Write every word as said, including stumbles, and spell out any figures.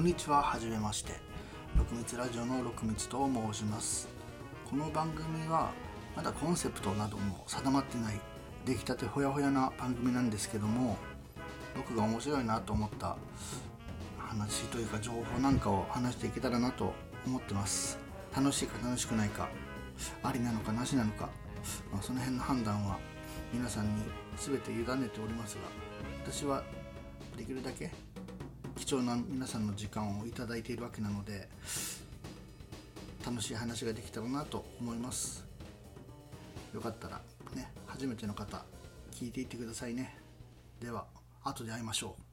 にちは。はじめまして。六光ラジオの六光と申します。この番組はまだコンセプトなども定まってない出来たてほやほやな番組なんですけども、僕が面白いなと思った話というか情報なんかを話していけたらなと思ってます。楽しいか楽しくないか、ありなのかなしなのか、まあ、その辺の判断は皆さんに全て委ねておりますが、私はできるだけ貴重な皆さんの時間をいただいているわけなので、楽しい話ができたらなと思います。よかったらね、初めての方聞いていってくださいね。では後で会いましょう。